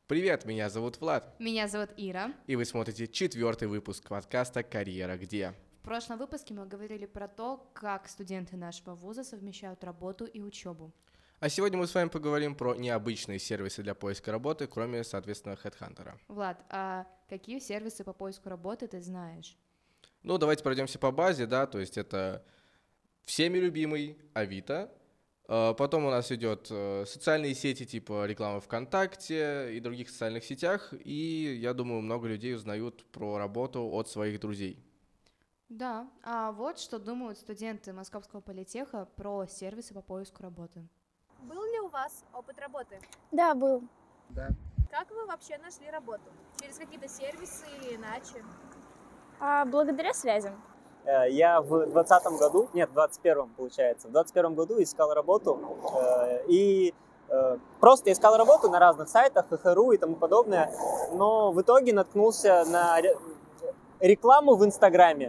Привет, меня зовут Влад, Меня зовут Ира. и вы смотрите 4-й выпуск подкаста «Карьера где?». В прошлом выпуске мы говорили про то, как студенты нашего вуза совмещают работу и учебу. А сегодня мы с вами поговорим про необычные сервисы для поиска работы, кроме, соответственно, HeadHunter. Влад, а какие сервисы по поиску работы ты знаешь? Ну, давайте пройдемся по базе, да, то есть это всеми любимый Авито, потом у нас идет социальные сети типа рекламы ВКонтакте и других социальных сетях, и я думаю, много людей узнают про работу от своих друзей. Да, а вот что думают студенты Московского политеха про сервисы по поиску работы. Был ли у вас опыт работы? Да, был. Как вы вообще нашли работу? Через какие-то сервисы или иначе? Благодаря связям. Я в 2020 году, нет, в 2021 получается, в 2021 году искал работу и просто искал работу на разных сайтах, ХХРУ и тому подобное, но в итоге наткнулся на рекламу в Инстаграме.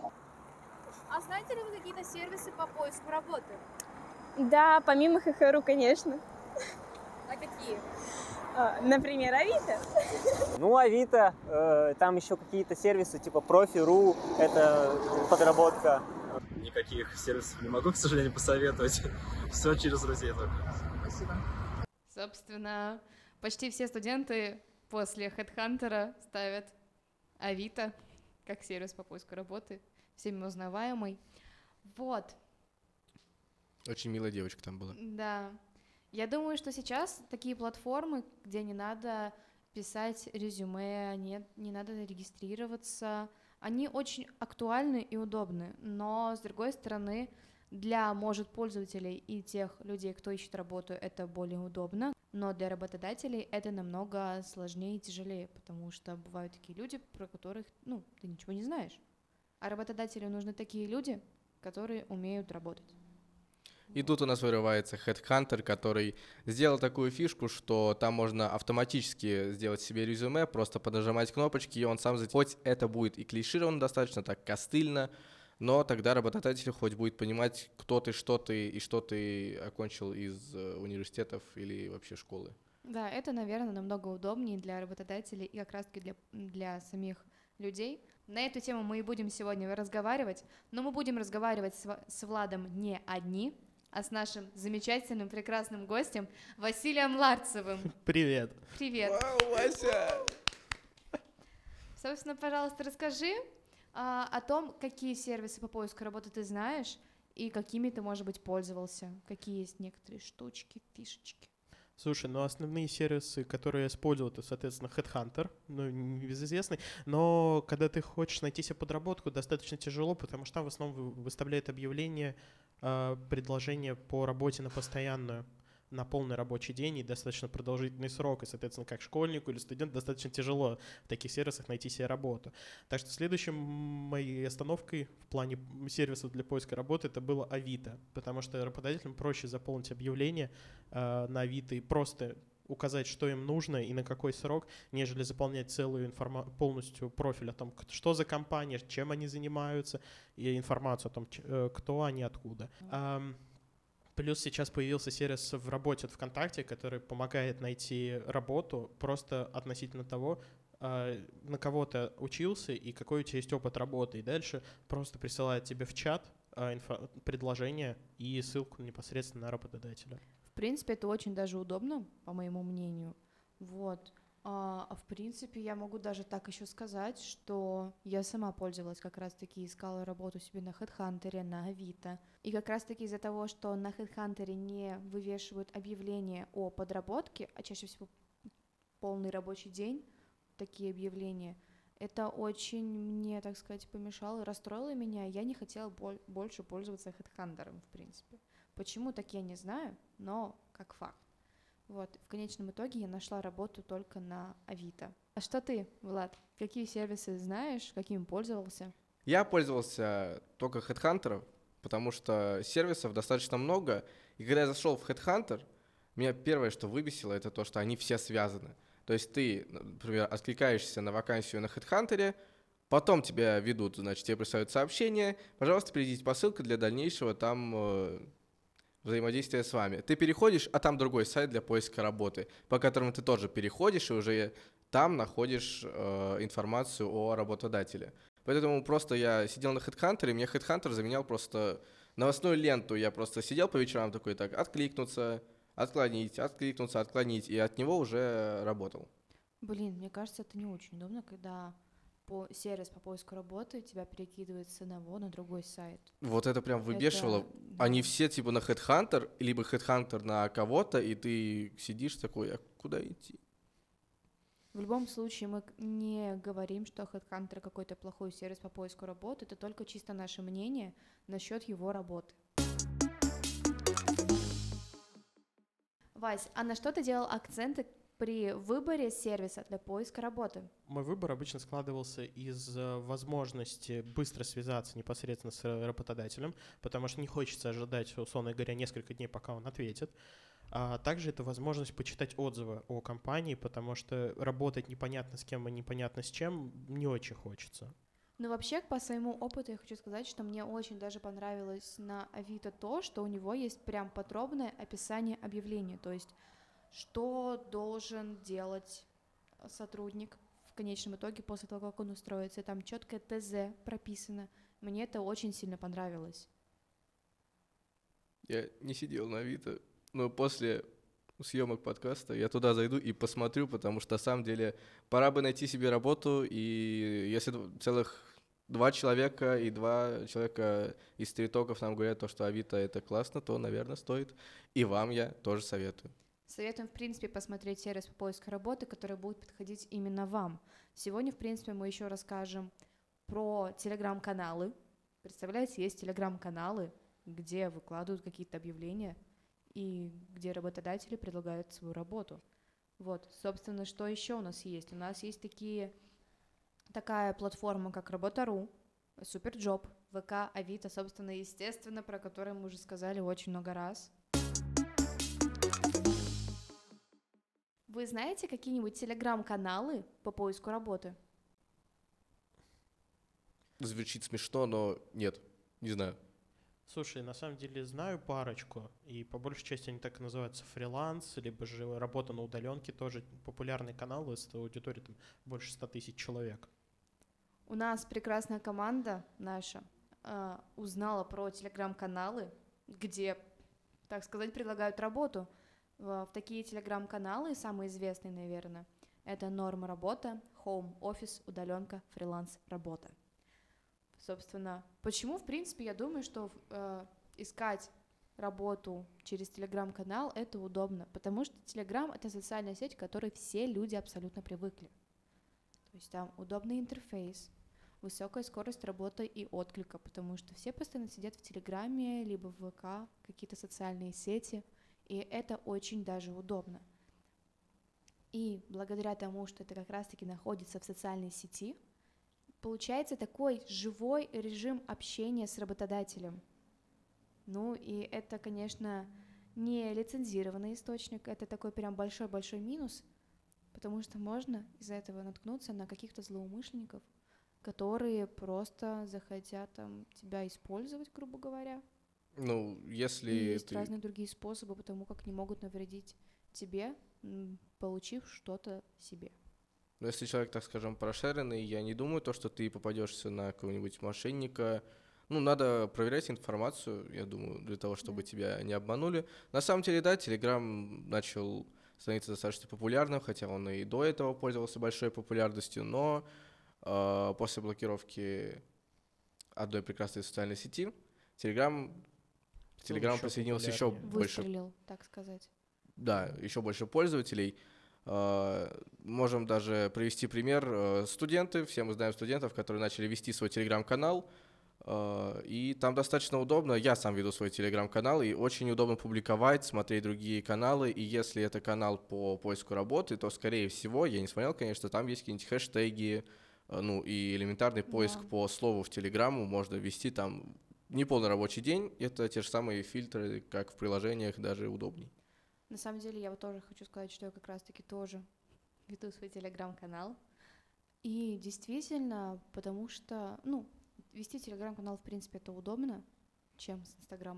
А знаете ли вы какие-то сервисы по поиску работы? Да, помимо ХХРУ, конечно. А какие? Например, Авито. Ну, Авито, там еще какие-то сервисы типа Профи.ру, это подработка. Никаких сервисов не могу, к сожалению, посоветовать. Все через друзей только. Спасибо. Собственно, почти все студенты после HeadHunter ставят Авито как сервис по поиску работы, всеми узнаваемый. Вот, Очень милая девочка там была. да. Я думаю, что сейчас такие платформы, где не надо писать резюме, не надо регистрироваться, они очень актуальны и удобны, но, с другой стороны, для, может, пользователей и тех людей, кто ищет работу, это более удобно, но для работодателей это намного сложнее и тяжелее, потому что бывают такие люди, про которых, ты ничего не знаешь. А работодателю нужны такие люди, которые умеют работать. И тут у нас вырывается HeadHunter, который сделал такую фишку, что там можно автоматически сделать себе резюме, просто поднажимать кнопочки, и он сам хоть это будет и клишировано достаточно, так костыльно, но тогда работодатель хоть будет понимать, кто ты, что ты окончил из университетов или вообще школы. Да, это, наверное, намного удобнее для работодателей и как раз-таки для самих людей. На эту тему мы и будем сегодня разговаривать, но мы будем разговаривать с Владом не одни, а с нашим замечательным, прекрасным гостем Василием Ларцевым. Привет. Привет. Вау, Вася! Собственно, пожалуйста, расскажи о том, какие сервисы по поиску работы ты знаешь и какими ты, может быть, пользовался, какие есть некоторые штучки, фишечки. Слушай, основные сервисы, которые я использовал, это, соответственно, HeadHunter, небезызвестный, но когда ты хочешь найти себе подработку, достаточно тяжело, потому что там в основном выставляют объявление, предложение по работе на постоянную, на полный рабочий день и достаточно продолжительный срок, и, соответственно, как школьнику или студенту достаточно тяжело в таких сервисах найти себе работу. Так что следующей моей остановкой в плане сервисов для поиска работы это было Авито, потому что работодателям проще заполнить объявление на Авито и просто указать, что им нужно и на какой срок, нежели заполнять целую полностью профиль о том, что за компания, чем они занимаются, и информацию о том, кто они, откуда. Плюс сейчас появился сервис в работе от ВКонтакте, который помогает найти работу просто относительно того, на кого ты учился и какой у тебя есть опыт работы. И дальше просто присылает тебе в чат предложение и ссылку непосредственно на работодателя. В принципе, это очень даже удобно, по моему мнению. Вот. В принципе, я могу даже так еще сказать, что я сама пользовалась как раз-таки, искала работу себе на HeadHunter, на Авито. И как раз-таки из-за того, что на HeadHunter не вывешивают объявления о подработке, а чаще всего полный рабочий день, такие объявления, это очень мне, так сказать, помешало, расстроило меня. Я не хотела больше пользоваться HeadHunter, в принципе. Почему, так я не знаю, но как факт. Вот, в конечном итоге я нашла работу только на Авито. А что ты, Влад? Какие сервисы знаешь, какими пользовался? Я пользовался только HeadHunter, потому что сервисов достаточно много, и когда я зашел в HeadHunter, меня первое, что выбесило, это то, что они все связаны. То есть ты, например, откликаешься на вакансию на HeadHunter, потом тебя ведут, значит, тебе присылают сообщение, пожалуйста, перейдите по ссылке для дальнейшего там взаимодействия с вами. Ты переходишь, а там другой сайт для поиска работы, по которому ты тоже переходишь и уже там находишь информацию о работодателе. Поэтому просто я сидел на HeadHunter, и мне HeadHunter заменял просто новостную ленту. Я просто сидел по вечерам такой, так, откликнуться, отклонить, откликнуться, отклонить, и от него уже работал. Блин, мне кажется, это не очень удобно, когда сервис по поиску работы тебя перекидывает с одного на другой сайт. Вот это прям выбешивало. Да. Они все типа на HeadHunter, либо HeadHunter на кого-то, и ты сидишь такой, а куда идти? В любом случае, мы не говорим, что HeadHunter какой-то плохой сервис по поиску работы, это только чисто наше мнение насчет его работы. Вась, а на что ты делал акценты при выборе сервиса для поиска работы? Мой выбор обычно складывался из возможности быстро связаться непосредственно с работодателем, потому что не хочется ожидать, условно говоря, несколько дней, пока он ответит. А также это возможность почитать отзывы о компании, потому что работать непонятно с кем и непонятно с чем не очень хочется. Ну, вообще, по своему опыту я хочу сказать, что мне очень даже понравилось на Авито то, что у него есть прям подробное описание объявления, то есть что должен делать сотрудник в конечном итоге после того, как он устроится. И там четкое ТЗ прописано. Мне это очень сильно понравилось. Я не сидел на Авито, но после съемок подкаста я туда зайду и посмотрю, потому что на самом деле пора бы найти себе работу, и если целых 2 человека и 2 человека из стритоков нам говорят, что Авито это классно, то, наверное, стоит. И вам я тоже советую. Советуем, в принципе, посмотреть сервис по поиску работы, который будет подходить именно вам. Сегодня, в принципе, мы еще расскажем про телеграм-каналы. Представляете, есть телеграм-каналы, где выкладывают какие-то объявления и где работодатели предлагают свою работу. Вот, собственно, что еще у нас есть? У нас есть такая платформа, как Работа.ру, Суперджоп, ВК, Авито, собственно, естественно, про которые мы уже сказали очень много раз. Вы знаете какие-нибудь телеграм-каналы по поиску работы? Звучит смешно, но нет, не знаю. Слушай, на самом деле знаю парочку, и по большей части они так и называются: фриланс, либо же работа на удаленке, тоже популярный канал, с аудиторией там больше 100 тысяч человек. У нас прекрасная команда наша узнала про телеграм-каналы, где, так сказать, предлагают работу. В такие телеграм-каналы, самые известные, наверное, это Норма работа, Home офис, удаленка, фриланс работа. Собственно, почему, в принципе, я думаю, что искать работу через телеграм-канал это удобно, потому что телеграм это социальная сеть, к которой все люди абсолютно привыкли. То есть там удобный интерфейс, высокая скорость работы и отклика, потому что все постоянно сидят в телеграме, либо в ВК, какие-то социальные сети, и это очень даже удобно. И благодаря тому, что это как раз-таки находится в социальной сети, получается такой живой режим общения с работодателем. Ну и это, конечно, не лицензированный источник, это такой прям большой-большой минус, потому что можно из-за этого наткнуться на каких-то злоумышленников, которые просто захотят тебя использовать, грубо говоря. Ну, если И есть разные другие способы, потому как не могут навредить тебе, получив что-то себе. Но если человек, так скажем, прошаренный, я не думаю, что ты попадешься на какого-нибудь мошенника. Ну, надо проверять информацию, я думаю, для того, чтобы тебя не обманули. На самом деле, да, Telegram начал становиться достаточно популярным, хотя он и до этого пользовался большой популярностью, но после блокировки одной прекрасной социальной сети Telegram присоединился еще больше. Выстрелил, так сказать. Да, еще больше пользователей. Можем даже привести пример. Студенты, все мы знаем студентов, которые начали вести свой телеграм-канал, и там достаточно удобно. Я сам веду свой телеграм-канал, и очень удобно публиковать, смотреть другие каналы, и если это канал по поиску работы, то, скорее всего, я не смотрел, конечно, там есть какие-нибудь хэштеги, ну, и элементарный поиск по слову в телеграмму можно ввести там неполный рабочий день, это те же самые фильтры, как в приложениях, даже удобней. На самом деле, я вот тоже хочу сказать, что я как раз-таки тоже веду свой телеграм-канал. И действительно, потому что, вести телеграм-канал, в принципе, это удобно, чем с Инстаграмом.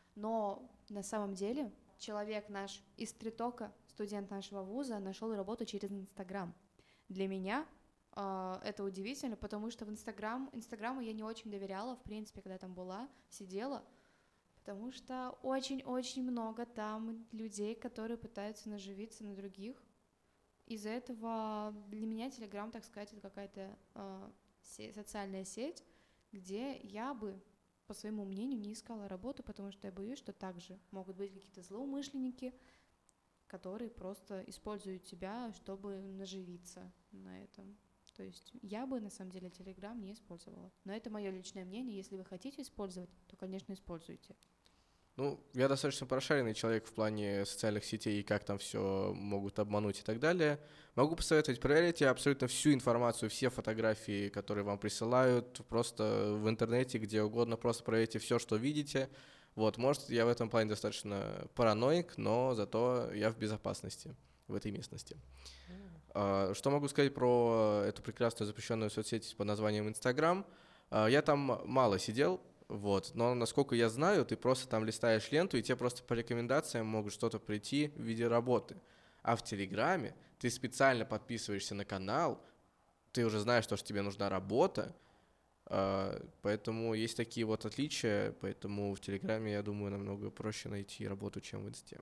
Но на самом деле человек наш из Тритока, студент нашего вуза, нашел работу через Инстаграм. Для меня это удивительно, потому что Инстаграму я не очень доверяла, в принципе, когда там была, сидела, потому что очень-очень много там людей, которые пытаются наживиться на других. Из-за этого для меня Телеграм, так сказать, это какая-то социальная сеть, где я бы, по своему мнению, не искала работу, потому что я боюсь, что также могут быть какие-то злоумышленники, которые просто используют тебя, чтобы наживиться на этом. То есть я бы, на самом деле, Телеграм не использовала. Но это мое личное мнение. Если вы хотите использовать, то, конечно, используйте. Ну, я достаточно прошаренный человек в плане социальных сетей и как там все могут обмануть и так далее. Могу посоветовать, проверяйте абсолютно всю информацию, все фотографии, которые вам присылают, просто в интернете, где угодно, просто проверяйте все, что видите. Вот, может, я в этом плане достаточно параноик, но зато я в безопасности в этой местности. Что могу сказать про эту прекрасную запрещенную соцсеть под названием Инстаграм? Я там мало сидел, вот, но насколько я знаю, ты просто там листаешь ленту, и тебе просто по рекомендациям могут что-то прийти в виде работы. А в Телеграме ты специально подписываешься на канал, ты уже знаешь, что тебе нужна работа, поэтому есть такие вот отличия, поэтому в Телеграме, я думаю, намного проще найти работу, чем в Инсте.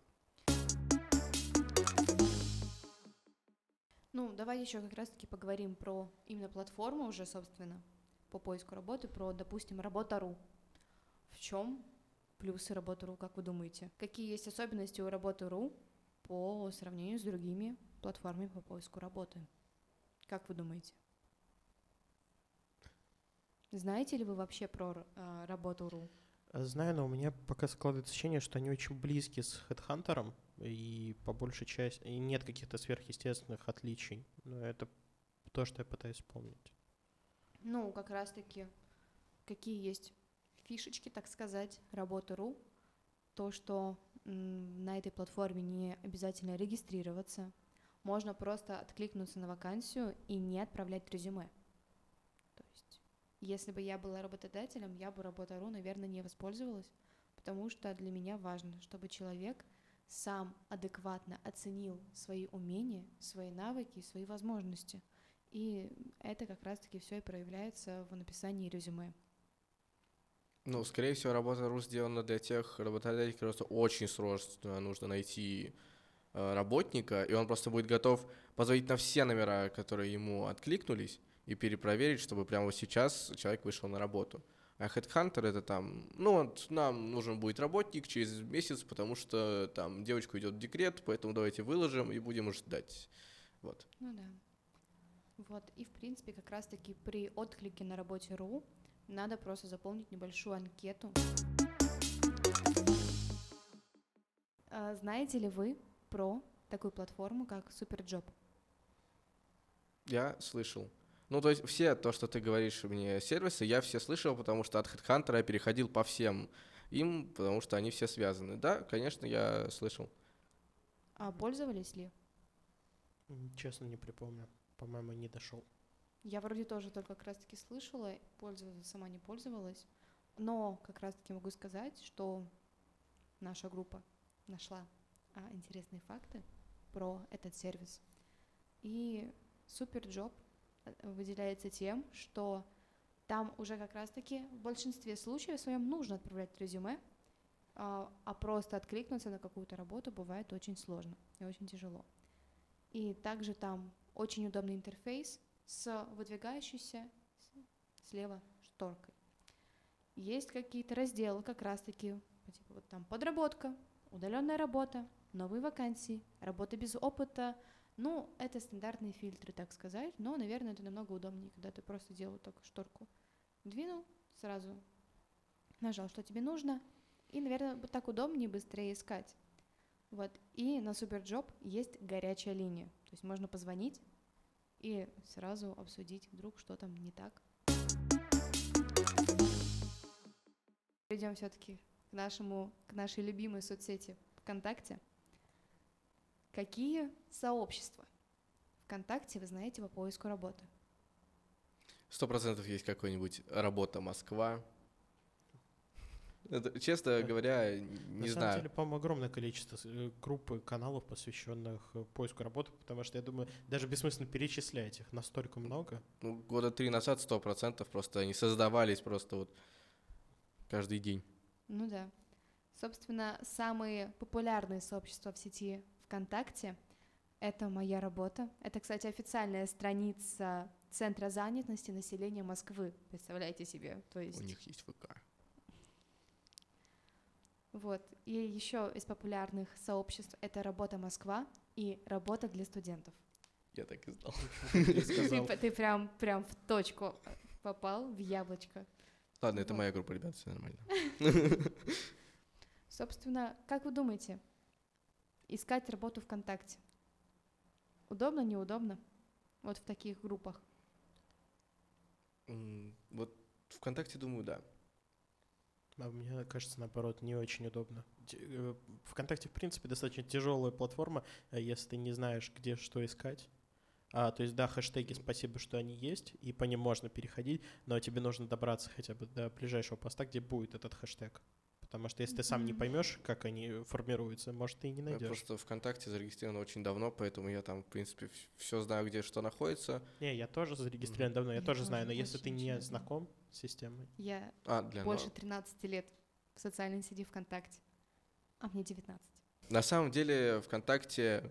Ну, давай еще как раз-таки поговорим про именно платформу уже, собственно, по поиску работы, про, допустим, Работа.ру. В чем плюсы Работа.ру, как вы думаете? Какие есть особенности у Работа.ру по сравнению с другими платформами по поиску работы? Как вы думаете? Знаете ли вы вообще про Работу.ру? Знаю, но у меня пока складывается ощущение, что они очень близки с HeadHunter, и по большей части и нет каких-то сверхъестественных отличий. Но это то, что я пытаюсь вспомнить. Ну, как раз-таки, какие есть фишечки, так сказать, Работа.ру. То, что на этой платформе не обязательно регистрироваться. Можно просто откликнуться на вакансию и не отправлять резюме. То есть, если бы я была работодателем, я бы Работа.ру, наверное, не воспользовалась, потому что для меня важно, чтобы человек сам адекватно оценил свои умения, свои навыки, свои возможности. И это как раз-таки все и проявляется в написании резюме. Ну, скорее всего, Работа.ру сделана для тех работодателей, которые просто очень срочно нужно найти работника, и он просто будет готов позвонить на все номера, которые ему откликнулись, и перепроверить, чтобы прямо вот сейчас человек вышел на работу. А HeadHunter это там, ну вот нам нужен будет работник через месяц, потому что там девочка идет в декрет, поэтому давайте выложим и будем ждать. Вот. Ну да. Вот, и в принципе как раз-таки при отклике на Работе.ру надо просто заполнить небольшую анкету. Знаете ли вы про такую платформу, как Superjob? Я слышал. Ну, то есть все то, что ты говоришь мне, сервисы, я все слышал, потому что от HeadHunter я переходил по всем им, потому что они все связаны. Да, конечно, я слышал. А пользовались ли? Честно, не припомню. По-моему, не дошел. Я вроде тоже только как раз-таки слышала, пользовалась, сама не пользовалась. Но как раз-таки могу сказать, что наша группа нашла интересные факты про этот сервис. И Superjob выделяется тем, что там уже как раз-таки в большинстве случаев своем нужно отправлять резюме, а просто откликнуться на какую-то работу бывает очень сложно и очень тяжело. И также там очень удобный интерфейс с выдвигающейся слева шторкой. Есть какие-то разделы как раз-таки, типа вот там подработка, удаленная работа, новые вакансии, работа без опыта. Ну, это стандартные фильтры, так сказать, но, наверное, это намного удобнее, когда ты просто делал только шторку. Двинул, сразу нажал, что тебе нужно, и, наверное, так удобнее, быстрее искать. Вот. И на Superjob есть горячая линия, то есть можно позвонить и сразу обсудить, вдруг что там не так. Перейдем все-таки к нашей любимой соцсети ВКонтакте. Какие сообщества ВКонтакте вы знаете по поиску работы? 100% есть какой-нибудь «Работа Москва». Честно говоря, На не самом знаю. деле, по-моему, огромное количество групп и каналов, посвященных поиску работы, потому что, я думаю, даже бессмысленно перечислять их, настолько много. Ну, года 3 назад 100% просто они создавались просто вот каждый день. Ну да. Собственно, самые популярные сообщества в сети ВКонтакте — это «Моя работа». Это, кстати, официальная страница Центра занятости населения Москвы. Представляете себе? То есть... У них есть ВК. Вот. И еще из популярных сообществ — это «Работа Москва» и «Работа для студентов». Я так и знал. Ты сказал. Ты прям в точку попал, в яблочко. Ладно, это Вот. моя группа, ребят, все нормально. Собственно, как вы думаете, искать работу ВКонтакте удобно, неудобно? Вот в таких группах. Вот ВКонтакте, думаю, да. А мне кажется, наоборот, не очень удобно. ВКонтакте, в принципе, достаточно тяжелая платформа, если ты не знаешь, где что искать. То есть, да, хэштеги, спасибо, что они есть, и по ним можно переходить, но тебе нужно добраться хотя бы до ближайшего поста, где будет этот хэштег. Потому что если ты сам не поймешь, как они формируются, может, ты и не Я найдешь. просто ВКонтакте зарегистрирован очень давно, поэтому я там, в принципе, все знаю, где что находится. Не, я тоже зарегистрирован давно, я Я тоже тоже знаю, но если ты очень не давно. знаком с системой, Я Для больше 13 лет в социальной сети ВКонтакте, а мне 19. На самом деле ВКонтакте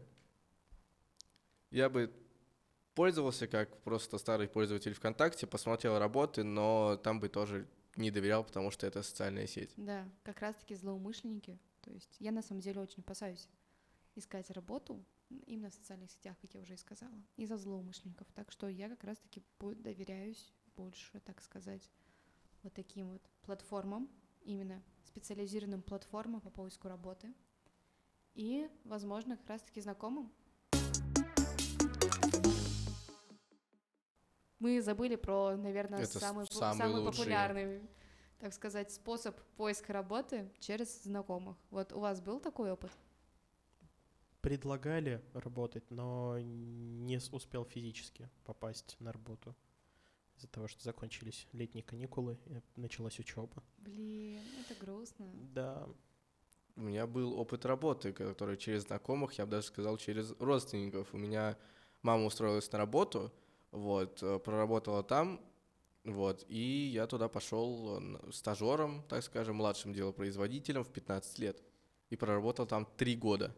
я бы пользовался как просто старый пользователь ВКонтакте, посмотрел работы, но там бы тоже не доверял, потому что это социальная сеть. Да, как раз-таки злоумышленники. То есть я на самом деле очень опасаюсь искать работу именно в социальных сетях, как я уже и сказала, из-за злоумышленников. Так что я как раз-таки доверяюсь больше, так сказать, вот таким вот платформам, именно специализированным платформам по поиску работы. И, возможно, как раз-таки знакомым. Мы забыли про, наверное, Это самый самый лучший. популярный, так сказать, способ поиска работы через знакомых. Вот у вас был такой опыт? предлагали работать, но не успел физически попасть на работу из-за того, что закончились летние каникулы и началась учеба. Блин, это грустно. Да, У меня был опыт работы, который через знакомых, я бы даже сказал, через родственников. У меня мама устроилась на работу, вот, проработала там, вот, и я туда пошел стажером, так скажем, младшим делопроизводителем в 15 лет. И проработал там 3 года.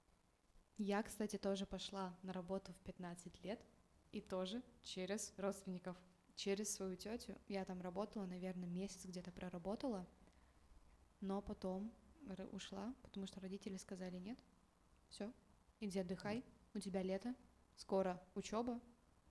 Я, кстати, тоже пошла на работу в 15 лет, и тоже через родственников, через свою тетю. Я там работала, наверное, месяц где-то проработала, но потом ушла, потому что родители сказали: нет, все, иди отдыхай, у тебя лето, скоро учеба.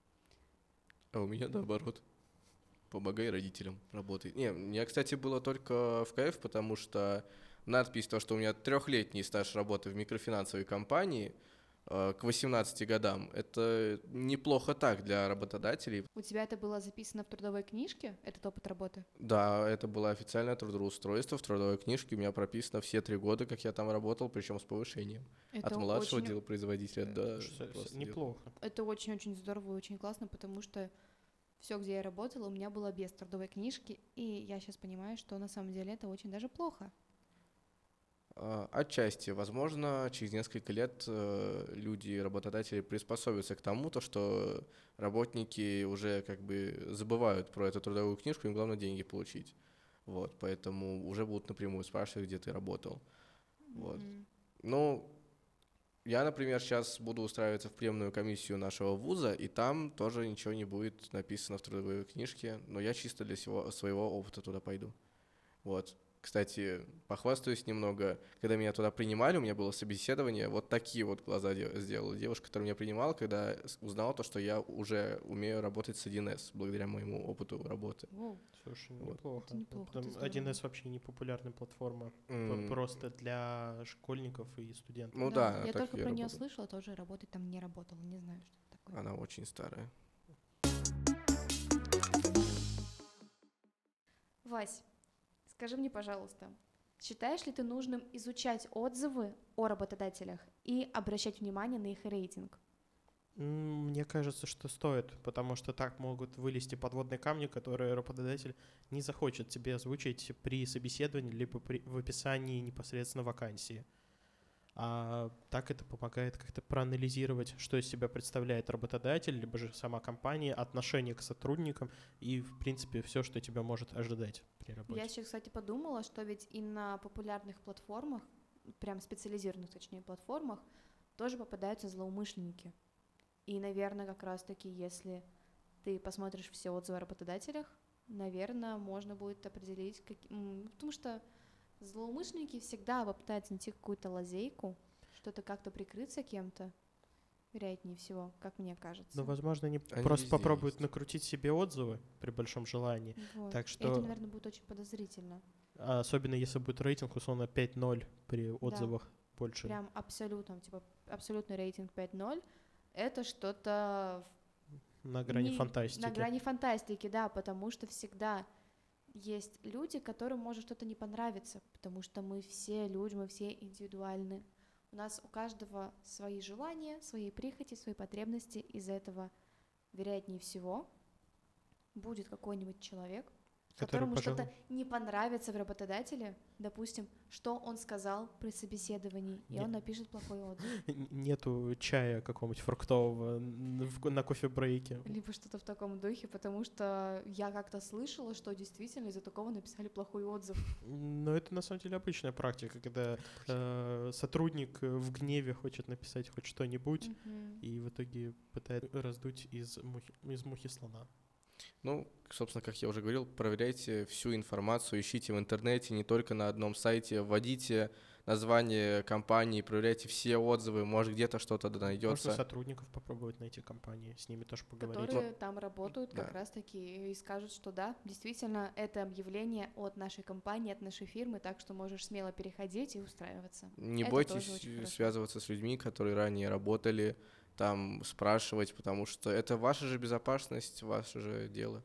А у меня наоборот. Помогай родителям, работай. Не, у меня, кстати, было только в КФ, потому что надпись, то, что у меня 3-летний стаж работы в микрофинансовой компании к 18 годам, это неплохо так для работодателей. У тебя это было записано в трудовой книжке, этот опыт работы? Да, это было официальное трудоустройство, в трудовой книжке у меня прописано все 3 года, как я там работал, причем с повышением. Это От младшего очень, делопроизводителя до... просто неплохо. это очень-очень здорово и очень классно, потому что все, где я работала, у меня было без трудовой книжки, и я сейчас понимаю, что на самом деле это очень даже плохо. Отчасти, возможно, через несколько лет люди, работодатели приспособятся к тому, то, что работники уже как бы забывают про эту трудовую книжку, им главное деньги получить. Вот, поэтому уже будут напрямую спрашивать, где ты работал. Вот. Ну, я, например, сейчас буду устраиваться в приемную комиссию нашего вуза, и там тоже ничего не будет написано в трудовой книжке, но я чисто для своего опыта туда пойду. Вот. Кстати, похвастаюсь немного, когда меня туда принимали, у меня было собеседование, вот такие вот глаза сделала девушка, которая меня принимала, когда узнала то, что я уже умею работать с 1С, благодаря моему опыту работы. Воу. Слушай, Вот. неплохо. Это неплохо, Потом это здорово. 1С вообще не популярная платформа, просто для школьников и студентов. Ну да, я так только я про нее работал. слышала, тоже работать там не работала, не знаю, что это такое. Она очень старая. Вась, скажи мне, пожалуйста, считаешь ли ты нужным изучать отзывы о работодателях и обращать внимание на их рейтинг? Мне кажется, что стоит, потому что так могут вылезти подводные камни, которые работодатель не захочет тебе озвучить при собеседовании, либо в описании непосредственно вакансии. А так это помогает как-то проанализировать, что из себя представляет работодатель, либо же сама компания, отношение к сотрудникам и, в принципе, все, что тебя может ожидать при работе. Я еще, кстати, подумала, что ведь и на популярных платформах, прям специализированных, точнее, платформах, тоже попадаются злоумышленники. И, наверное, как раз-таки, если ты посмотришь все отзывы о работодателях, наверное, можно будет определить, потому что злоумышленники всегда попытаются найти какую-то лазейку, что-то как-то прикрыться кем-то, вероятнее всего, как мне кажется. Но, возможно, они Они просто везде попробуют есть. накрутить себе отзывы при большом желании. Вот. Так И что, это, наверное, будет очень подозрительно. особенно если будет рейтинг, условно, 5.0 при отзывах больше. Прям абсолютно, типа, абсолютный рейтинг 5.0 — это что-то На грани фантастики. на грани фантастики, да, потому что всегда есть люди, которым может что-то не понравиться, потому что мы все люди, мы все индивидуальны. У нас у каждого свои желания, свои прихоти, свои потребности. Из этого, вероятнее всего, будет какой-нибудь человек, Который, которому что-то пожалуй, не понравится в работодателе, допустим, что он сказал при собеседовании, и Не- он напишет плохой отзыв. нету чая какого-нибудь фруктового на кофе-брейке. Либо что-то в таком духе, потому что я как-то слышала, что действительно из-за такого написали плохой отзыв. Но это на самом деле обычная практика, когда сотрудник в гневе хочет написать хоть что-нибудь, Мгм. и в итоге пытается раздуть из мухи слона. Ну, собственно, как я уже говорил, проверяйте всю информацию, ищите в интернете, не только на одном сайте, вводите название компании, проверяйте все отзывы, может где-то что-то Можно найдется. сотрудников попробовать найти компании, с ними тоже поговорить. Которые там работают как Да. раз-таки и скажут, что да, действительно, это объявление от нашей компании, от нашей фирмы, так что можешь смело переходить и устраиваться. Не Это бойтесь тоже очень хорошо. связываться с людьми, которые ранее работали, там спрашивать, потому что это ваша же безопасность, ваше же дело.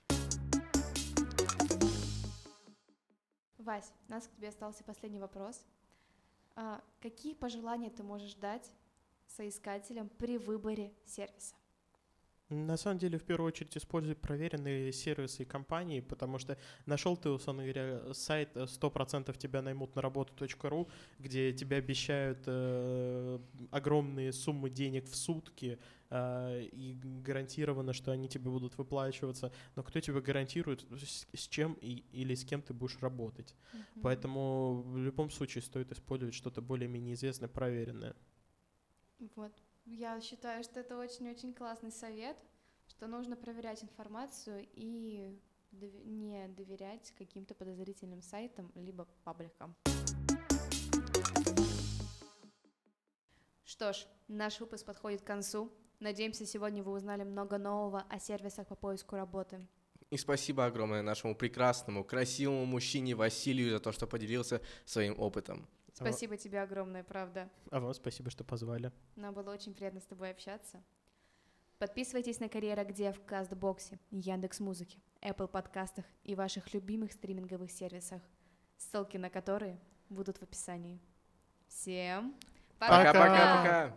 Вась, у нас к тебе остался последний вопрос. Какие пожелания ты можешь дать соискателям при выборе сервиса? На самом деле, в первую очередь, используй проверенные сервисы и компании, потому что нашел ты, условно говоря, сайт 100% тебя наймут на работу.ру, где тебе обещают огромные суммы денег в сутки, и гарантированно, что они тебе будут выплачиваться. Но кто тебе гарантирует, с чем или с кем ты будешь работать? Мгм. Поэтому в любом случае стоит использовать что-то более-менее известное, проверенное. Вот. Я считаю, что это очень-очень классный совет, что нужно проверять информацию и не доверять каким-то подозрительным сайтам либо пабликам. Что ж, наш выпуск подходит к концу. Надеемся, сегодня вы узнали много нового о сервисах по поиску работы. И спасибо огромное нашему прекрасному, красивому мужчине Василию за то, что поделился своим опытом. Спасибо тебе огромное, правда. А вам спасибо, что позвали. Нам было очень приятно с тобой общаться. Подписывайтесь на «Карьера где» в Кастбоксе, Яндекс.Музыке, Apple подкастах и ваших любимых стриминговых сервисах, ссылки на которые будут в описании. Всем пока! Пока-пока-пока!